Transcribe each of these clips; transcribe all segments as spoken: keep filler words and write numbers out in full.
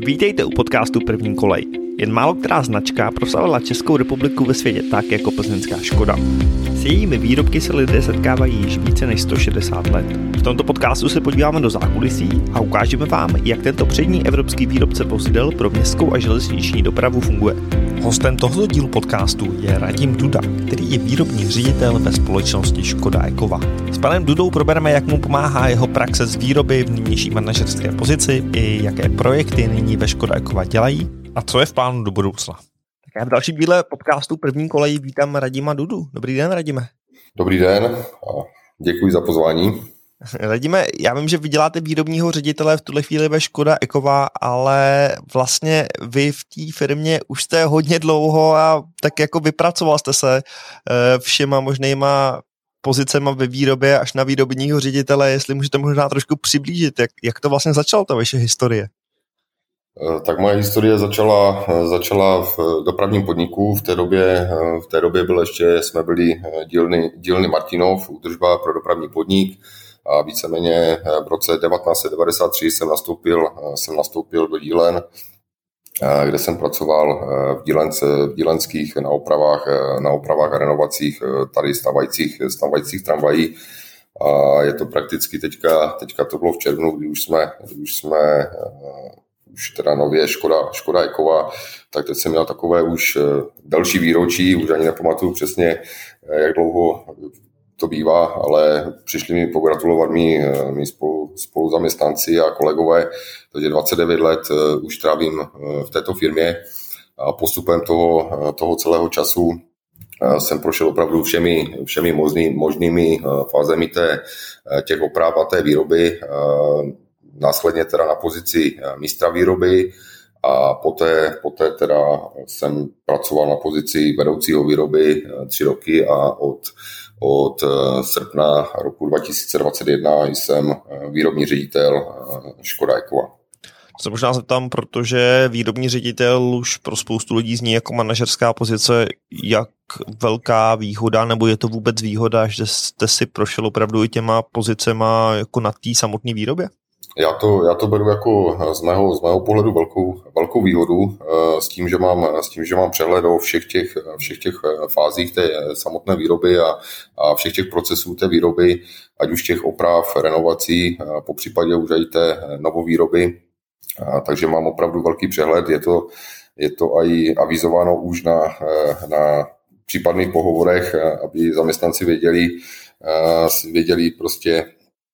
Vítejte u podcastu První kolej. Jen málo která značka proslavila Českou republiku ve světě tak jako plzeňská Škoda. S jejími výrobky se lidé setkávají již více než sto šedesát let. V tomto podcastu se podíváme do zákulisí a ukážeme vám, jak tento přední evropský výrobce vozidel pro městskou a železniční dopravu funguje. Hostem tohoto dílu podcastu je Radim Duda, který je výrobní ředitel ve společnosti Škoda Ekova. S panem Dudou probereme, jak mu pomáhá jeho praxe z výroby v nynější manažerské pozici i jaké projekty nyní ve Škoda Ekova dělají a co je v plánu do budoucna. Tak já v dalším díle podcastu První kolej vítám Radima Dudu. Dobrý den, Radime. Dobrý den a děkuji za pozvání. Radime, já vím, že vy děláte výrobního ředitele v tuhle chvíli ve Škoda Ekova, ale vlastně vy v té firmě už jste hodně dlouho a tak jako vypracoval jste se všema možnýma pozicema ve výrobě až na výrobního ředitele, jestli můžete možná trošku přiblížit, jak, jak to vlastně začalo, ta vaše historie? Tak moje historie začala, začala v dopravním podniku. V té době, v té době byl ještě, jsme byli dílny, dílny Martinov, údržba pro dopravní podnik. A víceméně v roce devatenáct set devadesát tři jsem nastoupil, jsem nastoupil do dílen, kde jsem pracoval v, dílence, v dílenských na opravách, na opravách a renovacích tady stávajících, stávajících tramvají. A je to prakticky teďka, teďka to bylo v červnu, kdy už jsme, kdy už jsme už teda nově Škoda, Škoda Ekova, tak teď jsem měl takové už další výročí, už ani nepamatuju přesně, jak dlouho to bývá, ale přišli mi pogratulovat mý, mý spolu, spoluzaměstnanci a kolegové, takže dvacet devět let už trávím v této firmě a postupem toho, toho celého času jsem prošel opravdu všemi, všemi možný, možnými fázemi té, těch oprav a té výroby, následně teda na pozici mistra výroby a poté, poté teda jsem pracoval na pozici vedoucího výroby tři roky a od Od srpna roku dva tisíce dvacet jedna jsem výrobní ředitel Škoda Ekova. Se možná zeptám, protože výrobní ředitel už pro spoustu lidí zní jako manažerská pozice, jak velká výhoda, nebo je to vůbec výhoda, že jste si prošel opravdu i těma pozicema jako na té samotné výrobě? Já to, já to beru jako z mého, z mého pohledu velkou, velkou výhodu s tím, že mám, s tím, že mám přehled o všech těch, všech těch fázích té samotné výroby a, a všech těch procesů té výroby, ať už těch oprav, renovací, po případě už i té novovýroby. A, takže mám opravdu velký přehled. Je to, je to i avizováno už na, na případných pohovorech, aby zaměstnanci věděli, věděli prostě,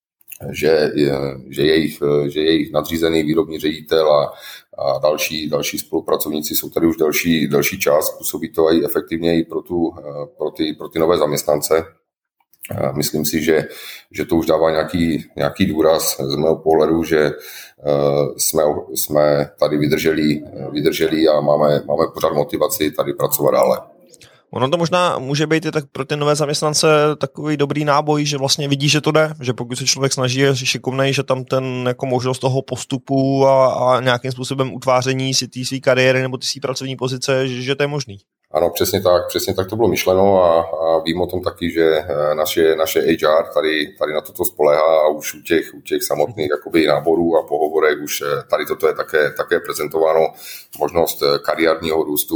Že, že, jejich, že jejich nadřízený výrobní ředitel a, a další, další spolupracovníci jsou tady už delší, delší čas, působí to i efektivně i pro, tu, pro, ty, pro ty nové zaměstnance. Myslím si, že, že to už dává nějaký, nějaký důraz z mého pohledu, že jsme, jsme tady vydrželi, vydrželi a máme, máme pořád motivaci tady pracovat dále. Ono to možná může být i tak pro ty nové zaměstnance takový dobrý náboj, že vlastně vidí, že to jde, že pokud se člověk snaží, je šikovnej, že tam ten jako možnost toho postupu a, a nějakým způsobem utváření si té své kariéry nebo té své pracovní pozice, že, že to je možný. Ano, přesně tak, přesně tak to bylo myšleno a, a vím o tom taky, že naše, naše há er tady, tady na toto spolehá a už u těch, u těch samotných jakoby náborů a pohovorech už tady toto je také, také prezentováno, možnost kariérního růstu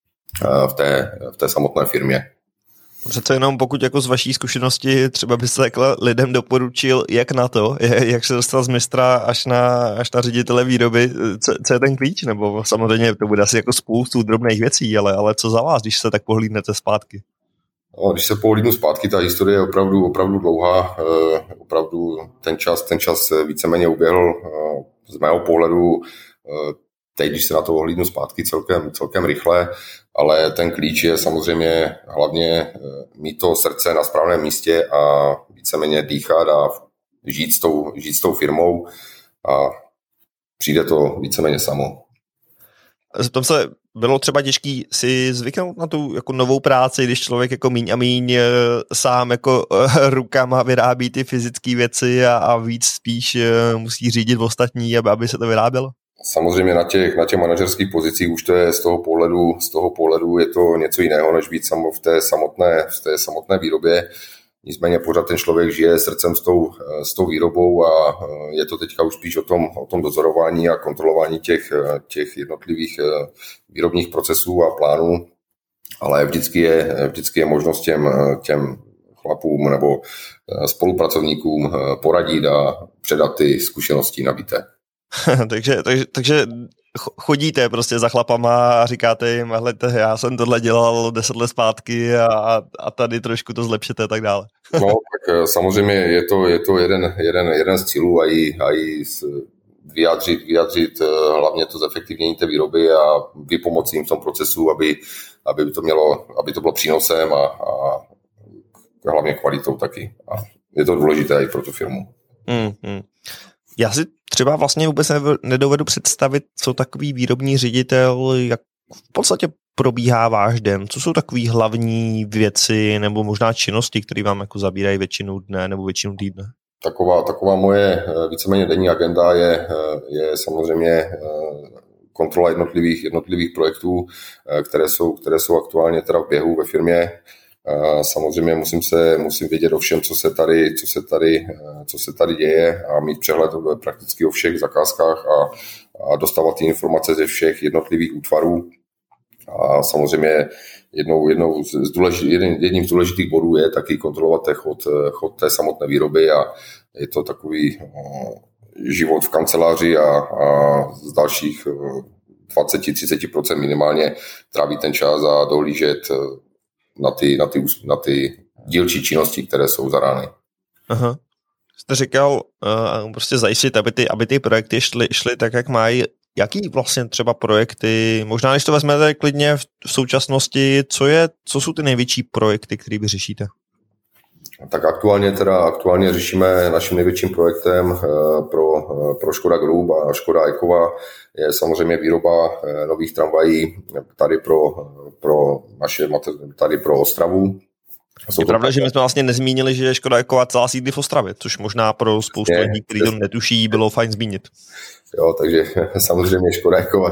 v té, v té samotné firmě. Přece jenom pokud jako z vaší zkušenosti třeba byste takhle lidem doporučil, jak na to, jak se dostat z mistra až na, až na ředitele výroby, co, co je ten klíč? Nebo samozřejmě to bude asi jako spoustu drobných věcí, ale, ale co za vás, když se tak pohlídnete zpátky? No, když se pohlídnu zpátky, ta historie je opravdu, opravdu dlouhá, eh, opravdu ten čas, ten čas víceméně uběhl eh, z mého pohledu eh, teď, když se na to ohlídnu zpátky celkem, celkem rychle, ale ten klíč je samozřejmě hlavně mít to srdce na správném místě a víceméně dýchat a žít s tou, žít s tou firmou a přijde to víceméně samo. Zeptám se, bylo třeba těžký si zvyknout na tu jako novou práci, když člověk jako míň a míň sám jako rukama vyrábí ty fyzické věci a, a víc spíš musí řídit ostatní, aby, aby se to vyrábělo? Samozřejmě na těch, na těch manažerských pozicích už to je z toho pohledu, z toho pohledu je to něco jiného, než být samo v té samotné, v té samotné výrobě. nicméně pořád ten člověk žije srdcem s tou, s tou výrobou a je to teďka už spíš o tom, o tom dozorování a kontrolování těch, těch jednotlivých výrobních procesů a plánů, ale vždycky je, vždycky je možnost těm, těm chlapům nebo spolupracovníkům poradit a předat ty zkušenosti nabité. takže, takže, takže chodíte prostě za chlapama a říkáte jim, hledajte, já jsem tohle dělal deset let zpátky a, a tady trošku to zlepšete a tak dále. No, tak samozřejmě je to, je to jeden, jeden, jeden z cílů a i, a i vyjádřit, vyjádřit hlavně to zefektivnění té výroby a vypomoci jim v tom procesu, aby, aby, to, mělo, aby to bylo přínosem a, a hlavně kvalitou taky. A je to důležité i pro tu firmu. Mm-hmm. Já si třeba vlastně vůbec nedovedu představit, co takový výrobní ředitel, jak v podstatě probíhá váš den. Co jsou takový hlavní věci nebo možná činnosti, které vám jako zabírají většinu dne nebo většinu týdne? Taková, taková moje víceméně denní agenda je, je samozřejmě kontrola jednotlivých, jednotlivých projektů, které jsou, které jsou aktuálně teda v běhu ve firmě. Samozřejmě musím se musím vědět o všem, co se tady, co se tady, co se tady děje a mít přehled prakticky o všech zakázkách a, a dostávat ty informace ze všech jednotlivých útvarů. A samozřejmě jednou, jednou z důležitých, jedním z důležitých bodů je taky kontrolovat chod, chod té samotné výroby a je to takový život v kanceláři a, a z dalších dvacet až třicet procent minimálně tráví ten čas a dohlížet na ty, na ty, na ty dílčí činnosti, které jsou zadány. Aha. Jste říkal uh, prostě zajistit, aby ty, aby ty projekty šly, šly tak, jak mají. Jaký vlastně třeba projekty, možná když to vezmete klidně v, v současnosti, co, je, co jsou ty největší projekty, které vy řešíte? Tak aktuálně teda aktuálně řešíme naším největším projektem uh, pro, uh, pro Škoda Group a Škoda Ekova je samozřejmě výroba uh, nových tramvají tady pro, pro naše tady pro Ostravu. Je pravda, že my jsme vlastně nezmínili, že Škoda Ekova celá sídlí v Ostravě, což možná pro spoustu je, lidí, kteří to netuší, bylo fajn zmínit. Jo, takže samozřejmě Škoda Ekova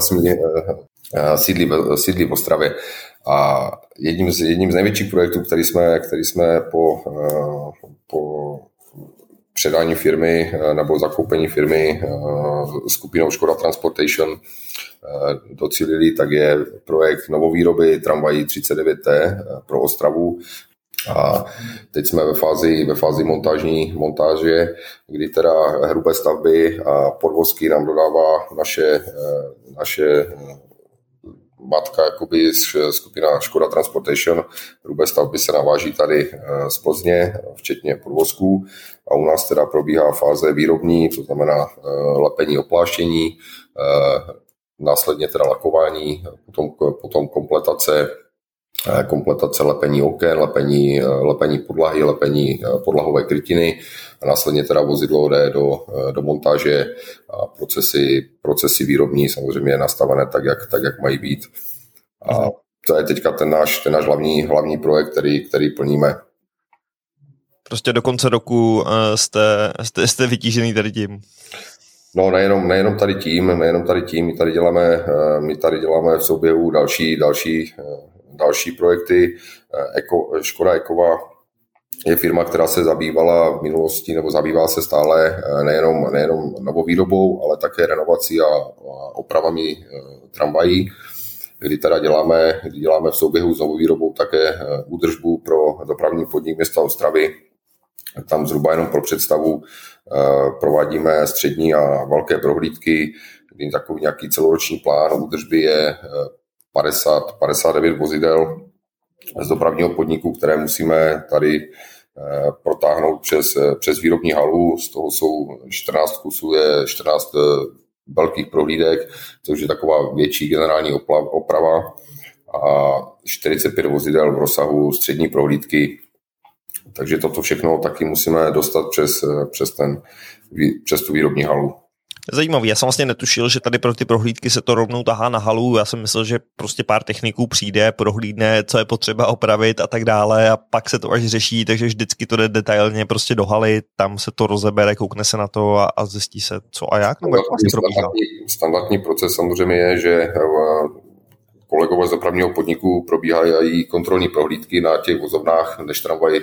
sídlí, sídlí v Ostravě. A jedním z, jedním z největších projektů, který jsme, který jsme po, po předání firmy nebo zakoupení firmy skupinou Škoda Transportation docílili, tak je projekt novovýroby tramvají třicet devět T pro Ostravu. A teď jsme ve fázi, ve fázi montážní montáže, kdy teda hrubé stavby a podvozky nám dodává naše, naše matka, jakoby skupina Škoda Transportation. Hrubé stavby se naváží tady z Plzně, včetně podvozků. A u nás teda probíhá fáze výrobní, to znamená lepení, opláštění, následně teda lakování, potom, potom kompletace kompletace lepení oken, lepení, lepení podlahy, lepení podlahové krytiny a následně teda vozidlo jde do, do montáže a procesy, procesy výrobní samozřejmě nastavené tak, jak, tak, jak mají být. A to je teďka ten náš, ten náš hlavní, hlavní projekt, který, který plníme. Prostě do konce roku jste, jste, jste vytížený tady tím. No nejenom, nejenom tady tím, nejenom tady tím, my tady děláme, my tady děláme v souběhu další, další další projekty. Eko, Škoda Ekova je firma, která se zabývala v minulosti nebo zabývá se stále nejenom, nejenom novovýrobou, ale také renovací a, a opravami tramvají, kdy teda děláme, kdy děláme v souběhu s novovýrobou také údržbu pro dopravní podnik města Ostravy. Tam zhruba jenom pro představu provádíme střední a velké prohlídky, kdy takový nějaký celoroční plán údržby je padesát, padesát devět vozidel z dopravního podniku, které musíme tady protáhnout přes, přes výrobní halu. Z toho jsou čtrnáct kusů, je čtrnáct velkých prohlídek, což je taková větší generální oprava a čtyřicet pět vozidel v rozsahu střední prohlídky. Takže toto všechno taky musíme dostat přes, přes, ten, přes tu výrobní halu. Zajímavý, já jsem vlastně netušil, že tady pro ty prohlídky se to rovnou tahá na halu, já jsem myslel, že prostě pár techniků přijde, prohlídne, co je potřeba opravit a tak dále a pak se to až řeší, takže vždycky to jde detailně prostě do haly, tam se to rozebere, koukne se na to a, a zjistí se co a jak, nebo jak vlastně probíhá. Standardní proces samozřejmě je, že kolegové z dopravního podniku probíhají kontrolní prohlídky na těch vozovnách, než tramvaj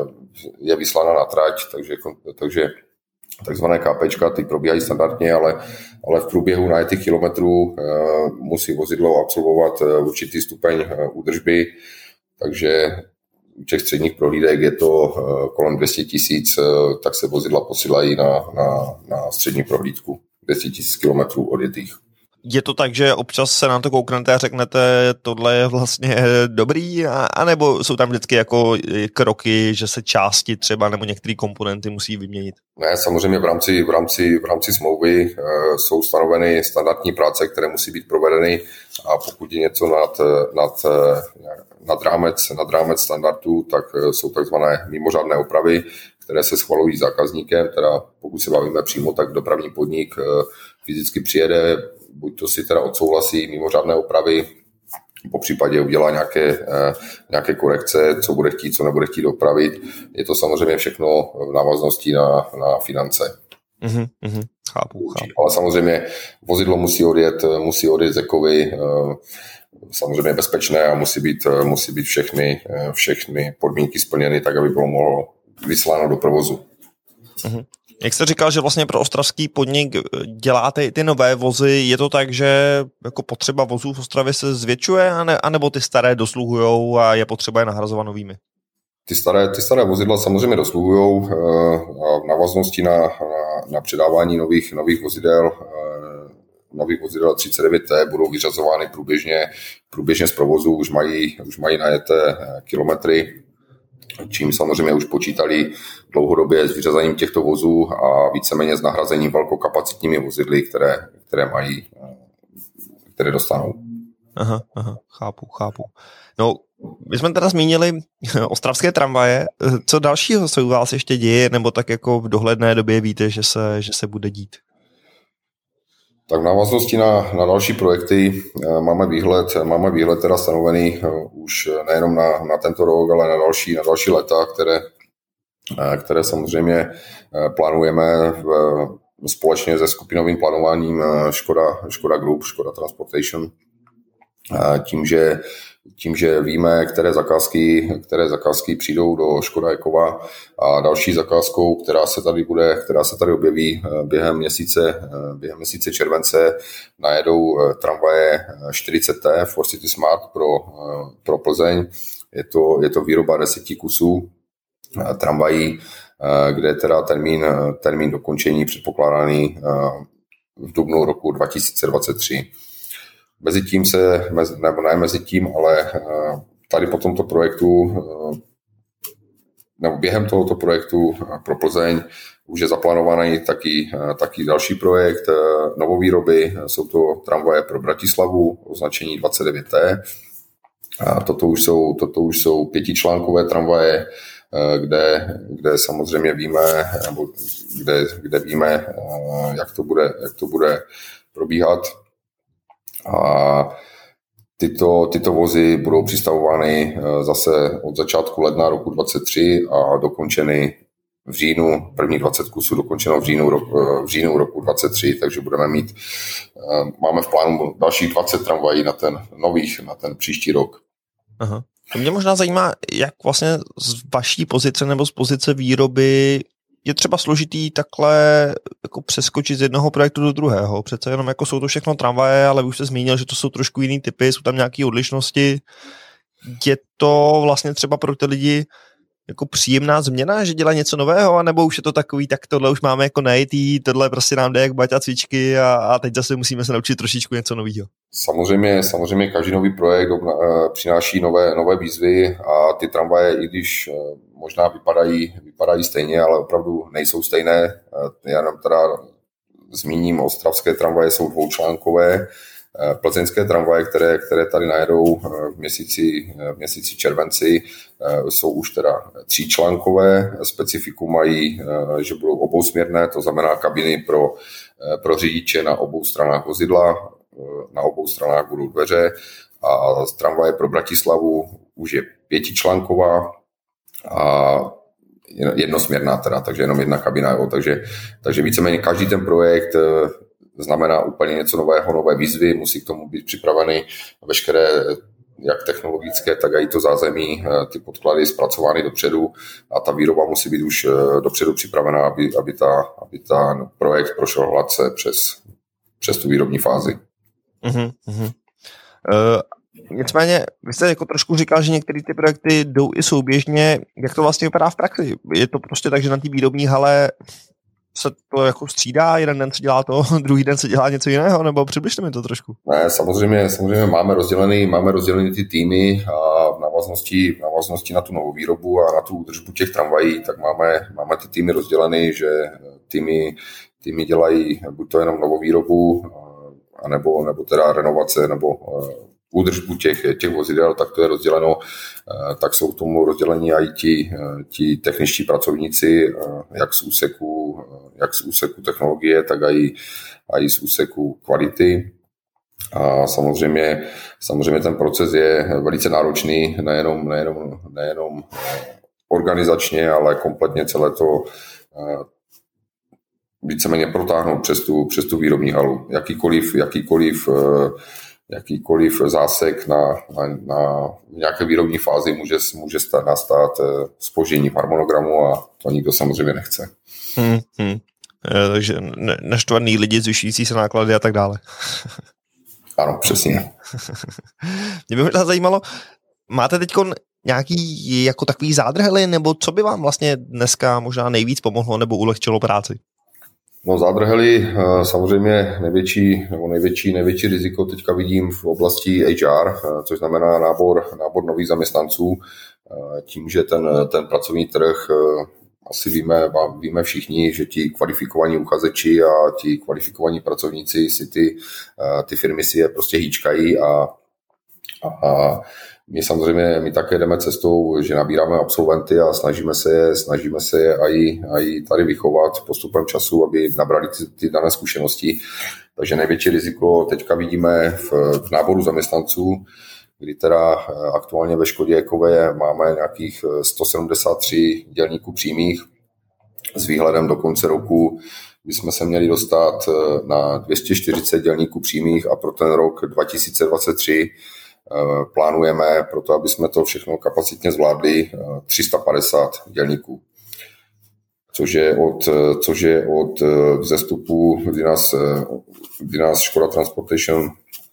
je vyslána na trať, takže, takže takzvané kápečka, ty probíhají standardně, ale, ale v průběhu najetých kilometrů musí vozidlo absolvovat určitý stupeň údržby, takže u těch středních prohlídek je to kolem dvě stě tisíc, tak se vozidla posílají na, na, na střední prohlídku. dvě stě tisíc kilometrů odjetých. Je to tak, že občas se na to kouknete a řeknete, tohle je vlastně dobrý, a, anebo jsou tam vždycky jako kroky, že se části třeba nebo některé komponenty musí vyměnit? Ne, samozřejmě v rámci, v rámci, v rámci smlouvy e, jsou stanoveny standardní práce, které musí být provedeny, a pokud je něco nad, nad, nad, rámec, nad rámec standardů, tak jsou takzvané mimořádné opravy, které se schvalují zákazníkem, teda pokud se bavíme přímo, tak dopravní podnik e, fyzicky přijede, buď to si teda odsouhlasí mimořádné opravy, po případě udělá nějaké, nějaké korekce, co bude chtít, co nebude chtít opravit. Je to samozřejmě všechno v návaznosti na, na finance. Mm-hmm, mm-hmm. Chápu, chápu. Ale samozřejmě vozidlo musí odjet, musí odjet zekovi, samozřejmě bezpečné, a musí být, musí být všechny, všechny podmínky splněny tak, aby bylo mohlo vysláno do provozu. Mm-hmm. Jak jste říkal, že vlastně pro ostravský podnik děláte i ty nové vozy, je to tak, že jako potřeba vozů v Ostravě se zvětšuje, anebo ty staré dosluhujou a je potřeba je nahrazovat novými? Ty staré, ty staré vozidla samozřejmě dosluhujou a v návaznosti na, na, na předávání nových, nových vozidel, nových vozidel třicet devět T budou vyřazovány průběžně, průběžně z provozu, už mají, už mají najeté kilometry, čím samozřejmě už počítali dlouhodobě s vyřazením těchto vozů a víceméně s nahrazením velkokapacitními vozidly, které, které mají, které dostanou. Aha, aha, chápu, chápu. No, my jsme teda zmínili ostravské tramvaje. Co dalšího se u vás ještě děje, nebo tak jako v dohledné době víte, že se, že se bude dít? Tak v návaznosti na, na další projekty máme výhled, máme výhled teda stanovený už nejenom na, na tento rok, ale na další, na další léta, které, které samozřejmě plánujeme v, společně se skupinovým plánováním Škoda, Škoda Group, Škoda Transportation. Tím, že Tím, že víme, které zakázky, které zakázky přijdou do Škoda Ekova, a další zakázkou, která se tady bude, která se tady objeví během měsíce, během měsíce července, najedou tramvaje čtyřicet T Four City Smart pro, pro Plzeň. Je to, je to výroba deseti kusů tramvají, kde je teda termín, termín dokončení předpokládaný v dubnu roku dva tisíce dvacet tři. Mezi tím se, nebo ne mezi tím, ale tady po tomto projektu, nebo během tohoto projektu pro Plzeň už je zaplánovaný taky, taky další projekt novovýroby. Jsou to tramvaje pro Bratislavu, označení dvacet devět T. A toto už jsou, toto už jsou pětičlánkové tramvaje, kde, kde samozřejmě víme, nebo kde, kde víme, jak to bude, jak to bude probíhat. A tyto, tyto vozy budou přistavovány zase od začátku ledna roku dvacet tři a dokončeny v říjnu, první dvacet kusů dokončeno v říjnu, v říjnu roku dvacet tři, takže budeme mít, máme v plánu dalších dvacet tramvají na ten nových, na ten příští rok. Aha. To mě možná zajímá, jak vlastně z vaší pozice nebo z pozice výroby je třeba složitý takhle jako přeskočit z jednoho projektu do druhého. Přece jenom jako jsou to všechno tramvaje, ale už jste zmínil, že to jsou trošku jiný typy, jsou tam nějaké odlišnosti. Je to vlastně třeba pro ty lidi jako příjemná změna, že dělá něco nového, anebo už je to takový, tak tohle už máme jako najetý, tohle prostě nám jde jak baťa cvičky a, a teď zase musíme se naučit trošičku něco nového. Samozřejmě, samozřejmě každý nový projekt přináší nové, nové výzvy a ty tramvaje, i když možná vypadají, vypadají stejně, ale opravdu nejsou stejné. Já jenom teda zmíním, ostravské tramvaje jsou dvoučlánkové, plzeňské tramvaje, které, které tady najedou v měsíci, v měsíci červenci, jsou už teda tříčlánkové. Specifikum mají, že budou obousměrné, to znamená kabiny pro, pro řidiče na obou stranách vozidla, na obou stranách budou dveře, a tramvaje pro Bratislavu už je pětičlánková a jednosměrná teda, takže jenom jedna kabina. Jo. Takže, takže víceméně každý ten projekt znamená úplně něco nového, nové výzvy, musí k tomu být připraveny veškeré jak technologické, tak i to zázemí, ty podklady zpracovány dopředu a ta výroba musí být už dopředu připravená, aby, aby, ta, aby ta projekt prošel hladce přes, přes tu výrobní fázi. Uh-huh, uh-huh. Uh, nicméně, vy jste jako trošku říkal, že některé ty projekty jdou i souběžně. Jak to vlastně vypadá v praxi? Je to prostě tak, že na té výrobní hale se to jako střídá, jeden den se dělá to, druhý den se dělá něco jiného, nebo přibližte mi to trošku. Ne, samozřejmě, samozřejmě máme rozdělený, máme rozdělený ty týmy a v návaznosti, v návaznosti na tu novou výrobu a na tu údržbu těch tramvají, tak máme, máme ty týmy rozdělený, že týmy, týmy dělají buď to jenom novou výrobu, anebo, nebo teda renovace, nebo údržbu těch, těch vozidel, tak to je rozděleno, tak jsou k tomu rozdělení i ti, ti techničtí pracovníci, jak z úseku, jak z úseku technologie, tak i, i z úseku kvality. A samozřejmě, samozřejmě ten proces je velice náročný, nejenom, nejenom, nejenom organizačně, ale kompletně celé to víceméně protáhnout přes tu, přes tu výrobní halu. Jakýkoliv, jakýkoliv jakýkoliv zásek na, na, na nějaké výrobní fázi může, může stát, nastat zpoždění v harmonogramu a to nikdo samozřejmě nechce. Hmm, hmm. E, takže naštvaný lidi, zvyšující se náklady a tak dále. Ano, přesně. Mě by možná zajímalo, máte teď nějaký jako takový zádrhely, nebo co by vám vlastně dneska možná nejvíc pomohlo nebo ulehčilo práci? No zádrhely samozřejmě největší, nebo největší, největší riziko teďka vidím v oblasti H R, což znamená nábor, nábor nových zaměstnanců. Tím, že ten, ten pracovní trh, asi víme, víme všichni, že ti kvalifikovaní uchazeči a ti kvalifikovaní pracovníci si ty, ty firmy si je prostě hýčkají a, a my samozřejmě my také jdeme cestou, že nabíráme absolventy a snažíme se je, snažíme se je aj, aj tady vychovat postupem času, aby nabrali ty, ty dané zkušenosti. Takže největší riziko teďka vidíme v, v náboru zaměstnanců, kdy teda aktuálně ve Škodě Ekové máme nějakých sto sedmdesát tři dělníků přímých s výhledem do konce roku, kdy jsme se měli dostat na dvě stě čtyřicet dělníků přímých a pro ten rok dva tisíce dvacet tři plánujeme proto, aby jsme to všechno kapacitně zvládli, tři sta padesát dělníků. Což je od, což je od vzestupu, kdy nás, kdy nás Škoda Transportation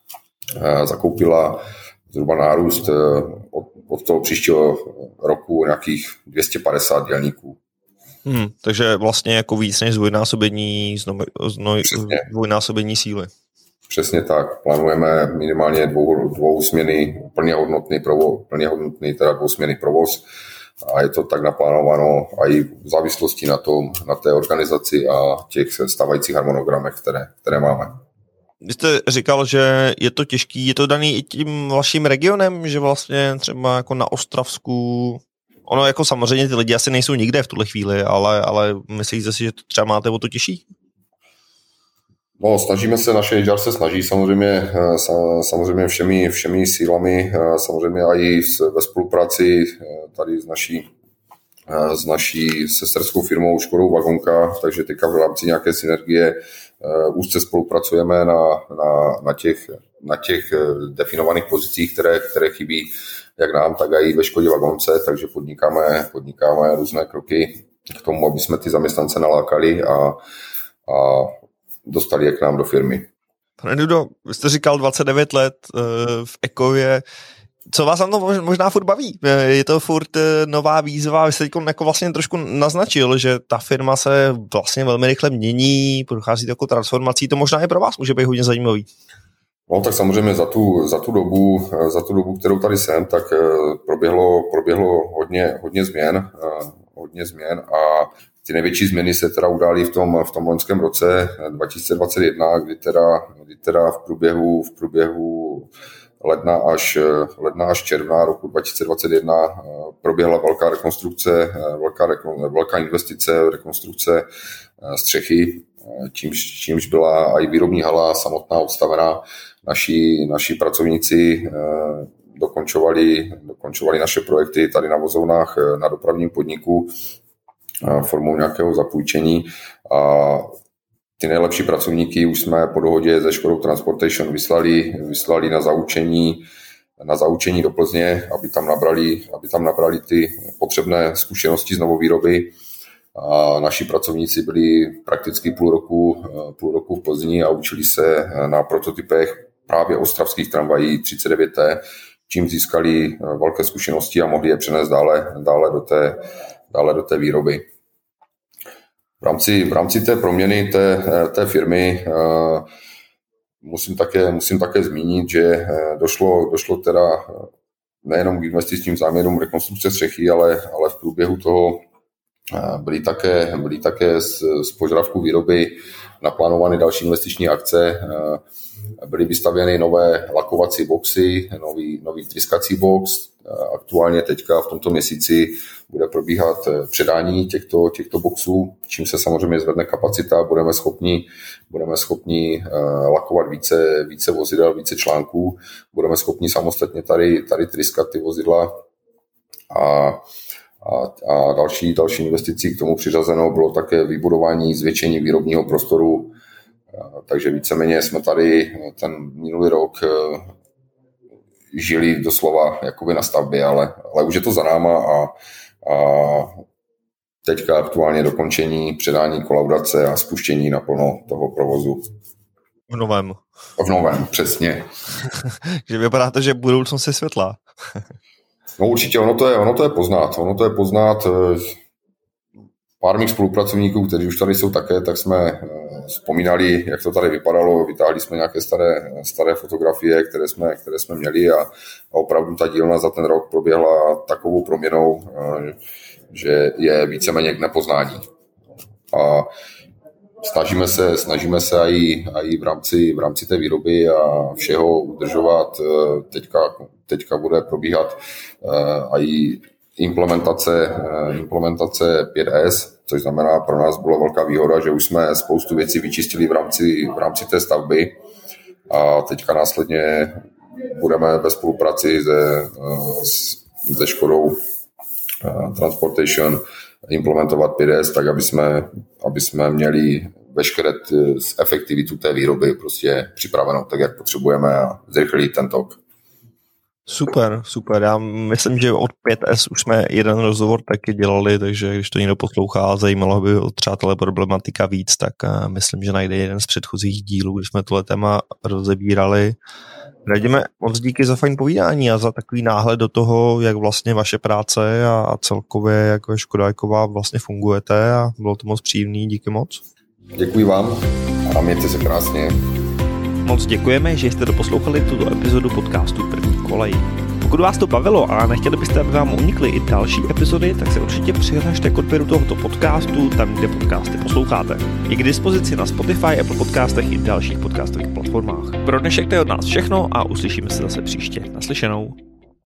zakoupila zhruba nárůst od, od toho příštího roku nějakých dvě stě padesát dělníků. Hmm, takže vlastně jako víc než zdvojnásobení, zdvojnásobení síly. Přesně tak. Plánujeme minimálně dvou, dvou směny plně hodnotný provoz, plně hodnotný teda dvousměnný provoz a je to tak naplánováno a i v závislosti na tom, na té organizaci a těch stávajících harmonogramech, které, které máme. Vy jste říkal, že je to těžký, je to daný i tím vaším regionem, že vlastně třeba jako na Ostravsku, ono jako samozřejmě ty lidi asi nejsou nikde v tuhle chvíli, ale, ale myslíte si, že to třeba máte o to těžší? No, snažíme se, naše H R se snaží samozřejmě, samozřejmě všemi, všemi sílami, samozřejmě i ve spolupráci tady s naší, s naší sesterskou firmou Škodou Vagonka, takže teďka v rámci nějaké synergie úzce spolupracujeme na, na, na, těch, na těch definovaných pozicích, které, které chybí jak nám, tak i ve Škodě Vagonce, takže podnikáme, podnikáme různé kroky k tomu, aby jsme ty zaměstnance nalákali a, a dostali je k nám do firmy. Pane Dudo, vy jste říkal dvacet devět let v Ekově. Co vás tam to možná furt baví? Je to furt nová výzva, vy jste jako vlastně trošku naznačil, že ta firma se vlastně velmi rychle mění, prochází takovou transformací, to možná i pro vás může být hodně zajímavý. No tak samozřejmě za tu, za tu dobu, za tu dobu, kterou tady jsem, tak proběhlo, proběhlo hodně, hodně změn, hodně změn a ty největší změny se teda udály v tom, v tom loňském roce dva tisíce dvacet jedna, kdy teda, kdy teda v průběhu, v průběhu ledna až, ledna až června roku dva tisíce dvacet jedna proběhla velká rekonstrukce, velká, velká investice, rekonstrukce střechy, čímž, čímž byla i výrobní hala samotná odstavená. Naši, naši pracovníci dokončovali, dokončovali naše projekty tady na vozovnách na dopravním podniku formou nějakého zapůjčení a ty nejlepší pracovníky už jsme po dohodě se Škodou Transportation vyslali, vyslali na zaučení, na zaučení do Plzně, aby tam nabrali, aby tam nabrali ty potřebné zkušenosti z novovýroby. A naši pracovníci byli prakticky půl roku, půl roku v Plzni a učili se na prototypech právě ostravských tramvají třicet devět T, čím získali velké zkušenosti a mohli je přenést dále, dále, do, té, dále do té výroby. V rámci, v rámci té proměny té, té firmy uh, musím, také, musím také zmínit, že došlo, došlo teda nejenom k investičním záměrům rekonstrukce střechy, ale, ale v průběhu toho byly také, byly také z, z požadavku výroby naplánovány další investiční akce. Byly vystavěny nové lakovací boxy, nový, nový tryskací box. Aktuálně teďka v tomto měsíci bude probíhat předání těchto, těchto boxů, čím se samozřejmě zvedne kapacita, budeme schopni, budeme schopni lakovat více, více vozidel, více článků, budeme schopni samostatně tady, tady tryskat ty vozidla a A, a další, další investicí k tomu přiřazeno bylo také vybudování, zvětšení výrobního prostoru. Takže víceméně jsme tady ten minulý rok žili doslova jakoby na stavbě, ale, ale už je to za náma a, a teďka aktuálně dokončení, předání kolaudace a spuštění naplno toho provozu. V novém. V novém, přesně. Že vypadá to, že budoucnost je světlá. No určitě, ono to je, ono to je poznat. Ono to je poznat. Pár mých spolupracovníků, kteří už tady jsou také, tak jsme vzpomínali, jak to tady vypadalo. Vytáhli jsme nějaké staré, staré fotografie, které jsme, které jsme měli a, a opravdu ta dílna za ten rok proběhla takovou proměnou, že je víceméně k nepoznání. A snažíme se, snažíme se i, i v rámci, v rámci té výroby a všeho udržovat. Teďka, teďka bude probíhat i implementace, implementace pět S, což znamená, pro nás byla velká výhoda, že už jsme spoustu věcí vyčistili v rámci, v rámci té stavby a teďka následně budeme ve spolupráci se, se Škodou Transportation implementovat pět S, tak aby jsme, aby jsme měli veškeré z efektivitu té výroby prostě připravenou tak, jak potřebujeme a zrychlili ten tok. Super, super. Já myslím, že od pět S už jsme jeden rozhovor taky dělali, takže když to někdo poslouchá a zajímalo by ho třeba tahle problematika víc, tak myslím, že najde jeden z předchozích dílů, když jsme tohle téma rozebírali. Radíme moc díky za fajn povídání a za takový náhled do toho, jak vlastně vaše práce a celkově jak Škoda Eková vlastně fungujete a bylo to moc příjemný, díky moc. Děkuji vám a mějte se krásně. Moc děkujeme, že jste doposlouchali tuto epizodu podcastu První kolej. Pokud vás to bavilo a nechtěli byste, aby vám unikly i další epizody, tak se určitě přihlašte k odběru tohoto podcastu tam, kde podcasty posloucháte. Je k dispozici na Spotify, Apple Podcastech i dalších podcastových platformách. Pro dnešek to je od nás všechno a uslyšíme se zase příště. Naslyšenou.